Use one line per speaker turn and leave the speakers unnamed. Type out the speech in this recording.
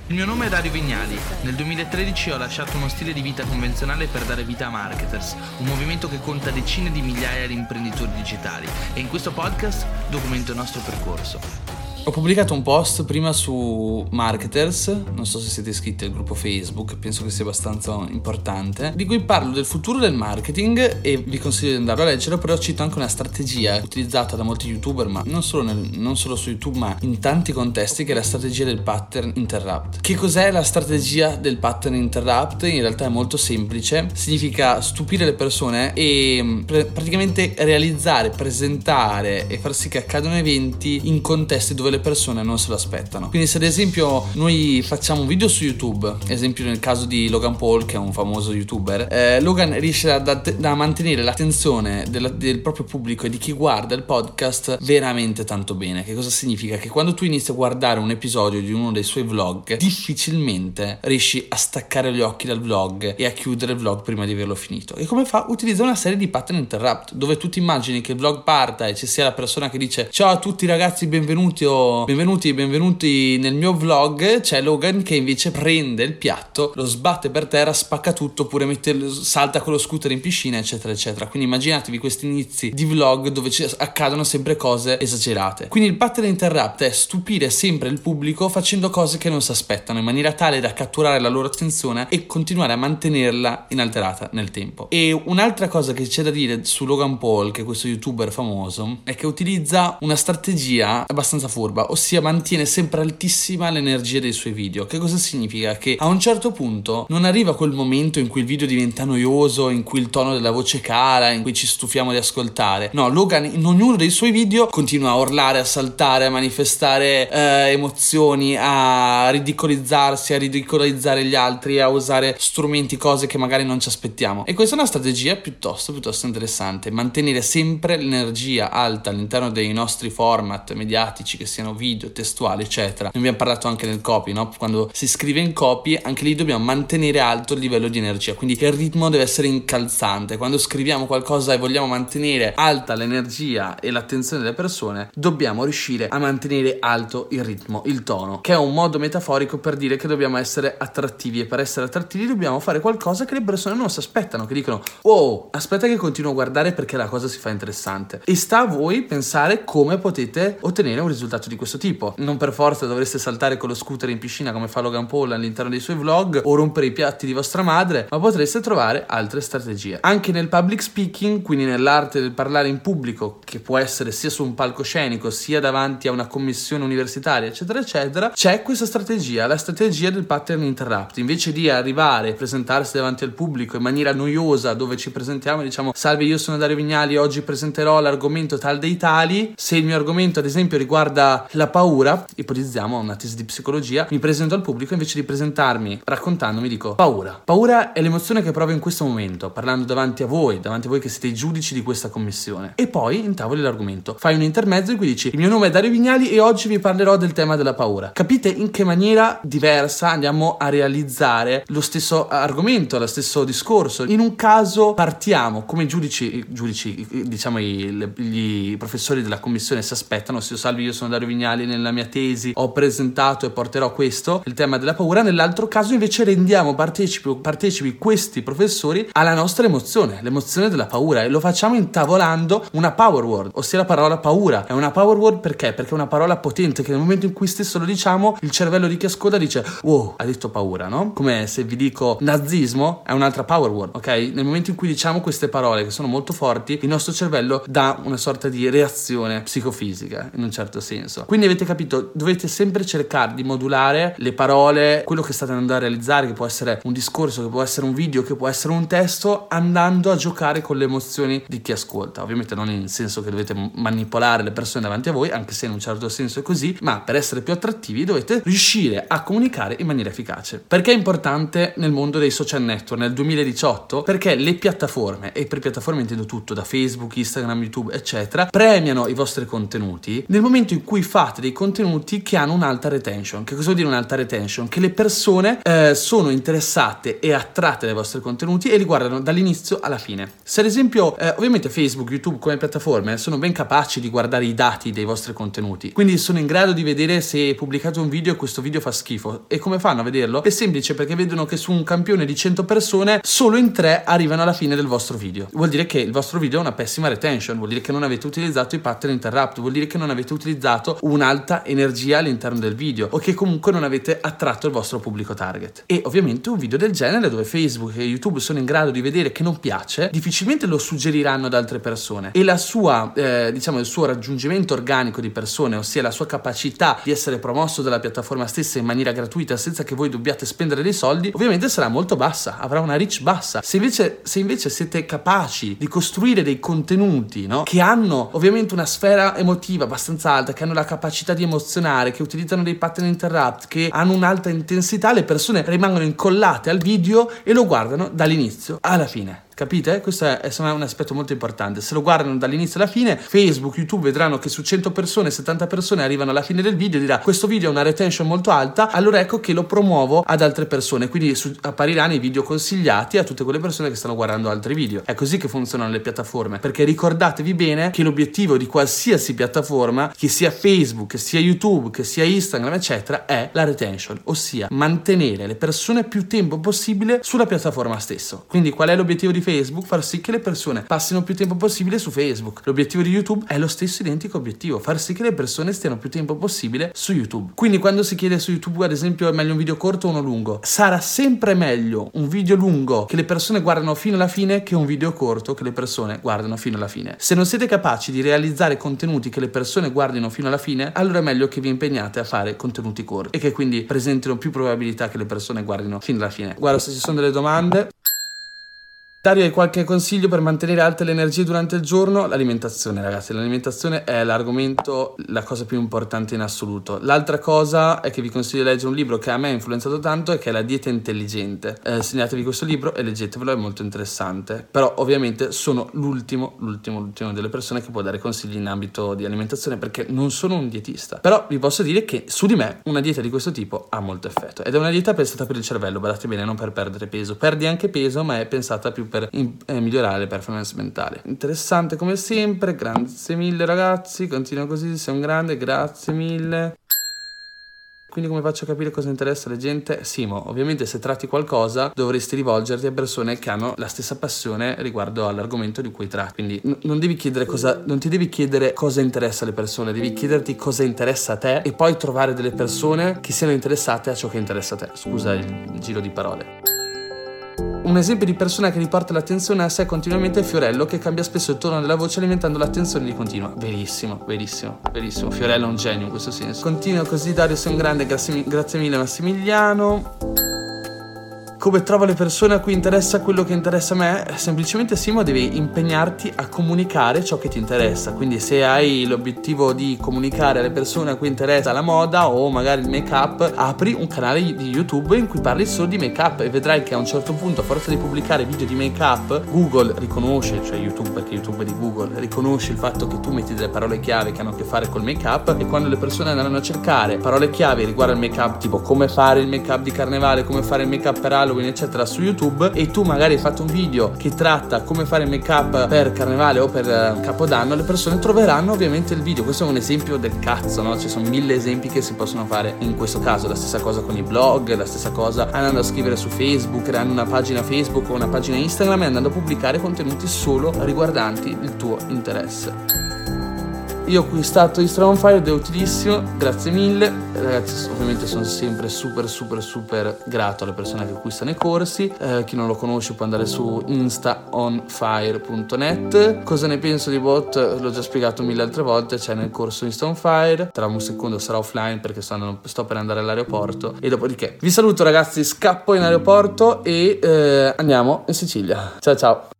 Il mio nome è Dario Vignali. Nel 2013 ho lasciato uno stile di vita convenzionale per dare vita a Marketers, un movimento che conta decine di migliaia di imprenditori digitali, e in questo podcast documento il nostro percorso.
Ho pubblicato un post prima su Marketers, non so se siete iscritti al gruppo Facebook, penso che sia abbastanza importante, di cui parlo del futuro del marketing e vi consiglio di andarlo a leggere, però cito anche una strategia utilizzata da molti youtuber, ma non solo su YouTube, ma in tanti contesti, che è la strategia del pattern interrupt. Che cos'è la strategia del pattern interrupt? In realtà è molto semplice, significa stupire le persone e praticamente realizzare, presentare e far sì che accadano eventi in contesti dove le persone non se lo aspettano. Quindi se ad esempio noi facciamo un video su YouTube, esempio nel caso di Logan Paul, che è un famoso youtuber, Logan riesce a mantenere l'attenzione del proprio pubblico e di chi guarda il podcast veramente tanto bene. Che cosa significa? Che quando tu inizi a guardare un episodio di uno dei suoi vlog, difficilmente riesci a staccare gli occhi dal vlog e a chiudere il vlog prima di averlo finito. E come fa? Utilizza una serie di pattern interrupt, dove tu ti immagini che il vlog parta e ci sia la persona che dice: ciao a tutti ragazzi, benvenuti nel mio vlog. C'è Logan che invece prende il piatto, lo sbatte per terra, spacca tutto, oppure salta con lo scooter in piscina, eccetera eccetera. Quindi immaginatevi questi inizi di vlog dove accadono sempre cose esagerate. Quindi il pattern interrupt è stupire sempre il pubblico facendo cose che non si aspettano, in maniera tale da catturare la loro attenzione e continuare a mantenerla inalterata nel tempo. E un'altra cosa che c'è da dire su Logan Paul, che è questo youtuber famoso, è che utilizza una strategia abbastanza furba, ossia mantiene sempre altissima l'energia dei suoi video. Che cosa significa? Che a un certo punto non arriva quel momento in cui il video diventa noioso, in cui il tono della voce cala, in cui ci stufiamo di ascoltare. No, Logan in ognuno dei suoi video continua a urlare, a saltare, a manifestare emozioni, a ridicolizzare gli altri, a usare strumenti, cose che magari non ci aspettiamo. E questa è una strategia piuttosto interessante: mantenere sempre l'energia alta all'interno dei nostri format mediatici, che siano video, testuali, eccetera. Ne abbiamo parlato anche nel copy, no? Quando si scrive in copy, anche lì dobbiamo mantenere alto il livello di energia, quindi il ritmo deve essere incalzante. Quando scriviamo qualcosa e vogliamo mantenere alta l'energia e l'attenzione delle persone, dobbiamo riuscire a mantenere alto il ritmo, il tono, che è un modo metaforico per dire che dobbiamo essere attrattivi, e per essere attrattivi dobbiamo fare qualcosa che le persone non si aspettano, che dicono: oh, aspetta che continuo a guardare perché la cosa si fa interessante. E sta a voi pensare come potete ottenere un risultato di questo tipo. Non per forza dovreste saltare con lo scooter in piscina come fa Logan Paul all'interno dei suoi vlog, o rompere i piatti di vostra madre, ma potreste trovare altre strategie. Anche nel public speaking, quindi nell'arte del parlare in pubblico, che può essere sia su un palcoscenico sia davanti a una commissione universitaria, eccetera eccetera, c'è questa strategia, la strategia del pattern interrupt. Invece di arrivare e presentarsi davanti al pubblico in maniera noiosa, dove ci presentiamo e diciamo: salve, io sono Dario Vignali, oggi presenterò l'argomento tal dei tali. Se il mio argomento ad esempio riguarda la paura, ipotizziamo una tesi di psicologia, mi presento al pubblico, invece di presentarmi raccontandomi dico: paura è l'emozione che provo in questo momento, parlando davanti a voi che siete i giudici di questa commissione. E poi intavoli l'argomento, fai un intermezzo in cui dici: il mio nome è Dario Vignali e oggi vi parlerò del tema della paura. Capite in che maniera diversa andiamo a realizzare lo stesso argomento, lo stesso discorso? In un caso partiamo come giudici, diciamo i professori della commissione si aspettano: se io salve, io sono Dario Vignali, nella mia tesi ho presentato e porterò questo, il tema della paura. Nell'altro caso invece rendiamo partecipi questi professori alla nostra emozione, l'emozione della paura, e lo facciamo intavolando una power word, ossia la parola paura. È una power word perché è una parola potente, che nel momento in cui stesso lo diciamo, il cervello di chi ascolta dice: wow, ha detto paura, no? Come se vi dico nazismo, è un'altra power word, ok? Nel momento in cui diciamo queste parole che sono molto forti, il nostro cervello dà una sorta di reazione psicofisica, in un certo senso. Quindi avete capito, dovete sempre cercare di modulare le parole, quello che state andando a realizzare, che può essere un discorso, che può essere un video, che può essere un testo, andando a giocare con le emozioni di chi ascolta. Ovviamente non in senso che dovete manipolare le persone davanti a voi, anche se in un certo senso è così, ma per essere più attrattivi dovete riuscire a comunicare in maniera efficace. Perché è importante nel mondo dei social network nel 2018? Perché le piattaforme, e per piattaforme intendo tutto, da Facebook, Instagram, YouTube, eccetera, premiano i vostri contenuti nel momento in cui fate dei contenuti che hanno un'alta retention. Che cosa vuol dire un'alta retention? Che le persone sono interessate e attratte dai vostri contenuti e li guardano dall'inizio alla fine. Se ad esempio ovviamente Facebook, YouTube come piattaforme sono ben capaci di guardare i dati dei vostri contenuti, quindi sono in grado di vedere se pubblicate un video e questo video fa schifo. E come fanno a vederlo? È semplice, perché vedono che su un campione di 100 persone solo in 3 arrivano alla fine del vostro video. Vuol dire che il vostro video ha una pessima retention, vuol dire che non avete utilizzato i pattern interrupt, vuol dire che non avete utilizzato un'alta energia all'interno del video, o che comunque non avete attratto il vostro pubblico target. E ovviamente un video del genere, dove Facebook e YouTube sono in grado di vedere che non piace, difficilmente lo suggeriranno ad altre persone, e la sua il suo raggiungimento organico di persone, ossia la sua capacità di essere promosso dalla piattaforma stessa in maniera gratuita senza che voi dobbiate spendere dei soldi, ovviamente sarà molto bassa, avrà una reach bassa. Se invece siete capaci di costruire dei contenuti, no, che hanno ovviamente una sfera emotiva abbastanza alta, che hanno la capacità di emozionare, che utilizzano dei pattern interrupt, che hanno un'alta intensità, le persone rimangono incollate al video e lo guardano dall'inizio alla fine. Capite? Questo è un aspetto molto importante. Se lo guardano dall'inizio alla fine, Facebook, YouTube vedranno che su 100 persone, 70 persone arrivano alla fine del video e dirà: questo video ha una retention molto alta, allora ecco che lo promuovo ad altre persone. Quindi appariranno i video consigliati a tutte quelle persone che stanno guardando altri video. È così che funzionano le piattaforme, perché ricordatevi bene che l'obiettivo di qualsiasi piattaforma, che sia Facebook, che sia YouTube, che sia Instagram, eccetera, è la retention, ossia mantenere le persone più tempo possibile sulla piattaforma stessa. Quindi qual è l'obiettivo di Facebook? Far sì che le persone passino più tempo possibile su Facebook. L'obiettivo di YouTube è lo stesso identico obiettivo, far sì che le persone stiano più tempo possibile su YouTube. Quindi quando si chiede su YouTube, ad esempio, è meglio un video corto o uno lungo, sarà sempre meglio un video lungo che le persone guardano fino alla fine che un video corto che le persone guardano fino alla fine. Se non siete capaci di realizzare contenuti che le persone guardino fino alla fine, allora è meglio che vi impegnate a fare contenuti corti e che quindi presentino più probabilità che le persone guardino fino alla fine. Guarda se ci sono delle domande. Dario, hai qualche consiglio per mantenere alte le energie durante il giorno? L'alimentazione, ragazzi, l'alimentazione è l'argomento, la cosa più importante in assoluto. L'altra cosa è che vi consiglio di leggere un libro che a me ha influenzato tanto e che è La dieta intelligente. Segnatevi questo libro e leggetevelo, è molto interessante. Però ovviamente sono l'ultimo delle persone che può dare consigli in ambito di alimentazione, perché non sono un dietista. Però vi posso dire che su di me una dieta di questo tipo ha molto effetto, ed è una dieta pensata per il cervello, badate bene, non per perdere peso. Perdi anche peso, ma è pensata più per migliorare le performance mentali. Interessante come sempre, grazie mille ragazzi, continua così, sei un grande, grazie mille. Quindi come faccio a capire cosa interessa alla gente? Simo, ovviamente se tratti qualcosa dovresti rivolgerti a persone che hanno la stessa passione riguardo all'argomento di cui tratti. Quindi non ti devi chiedere cosa interessa alle persone, devi chiederti cosa interessa a te e poi trovare delle persone che siano interessate a ciò che interessa a te. Scusa il giro di parole. Un esempio di persona che riporta l'attenzione a sé continuamente è Fiorello, che cambia spesso il tono della voce alimentando l'attenzione di continua. Verissimo. Fiorello è un genio in questo senso. Continua così, Dario, sei un grande, grazie mille Massimiliano. Come trovo le persone a cui interessa quello che interessa a me? Semplicemente, Simo, devi impegnarti a comunicare ciò che ti interessa. Quindi se hai l'obiettivo di comunicare alle persone a cui interessa la moda o magari il make up, apri un canale di YouTube in cui parli solo di make up e vedrai che a un certo punto, a forza di pubblicare video di make up, Google riconosce, cioè YouTube, perché YouTube è di Google, riconosce il fatto che tu metti delle parole chiave che hanno a che fare col make up, e quando le persone andranno a cercare parole chiave riguardo al make up, tipo come fare il make up di carnevale, come fare il make up per Halloween, eccetera, su YouTube, e tu magari hai fatto un video che tratta come fare il make up per carnevale o per Capodanno, le persone troveranno ovviamente il video. Questo è un esempio del cazzo, no? Ci sono 1000 esempi che si possono fare in questo caso. La stessa cosa con i blog, la stessa cosa andando a scrivere su Facebook, creando una pagina Facebook o una pagina Instagram e andando a pubblicare contenuti solo riguardanti il tuo interesse. Io ho acquistato Instagram on Fire ed è utilissimo, grazie mille ragazzi. Ovviamente sono sempre super grato alle persone che acquistano i corsi. Chi non lo conosce può andare su instaonfire.net. Cosa ne penso di bot? L'ho già spiegato 1000 altre volte, c'è nel corso Insta on Fire. Tra un secondo sarà offline perché sto per andare all'aeroporto, e dopodiché vi saluto ragazzi, scappo in aeroporto e andiamo in Sicilia. Ciao.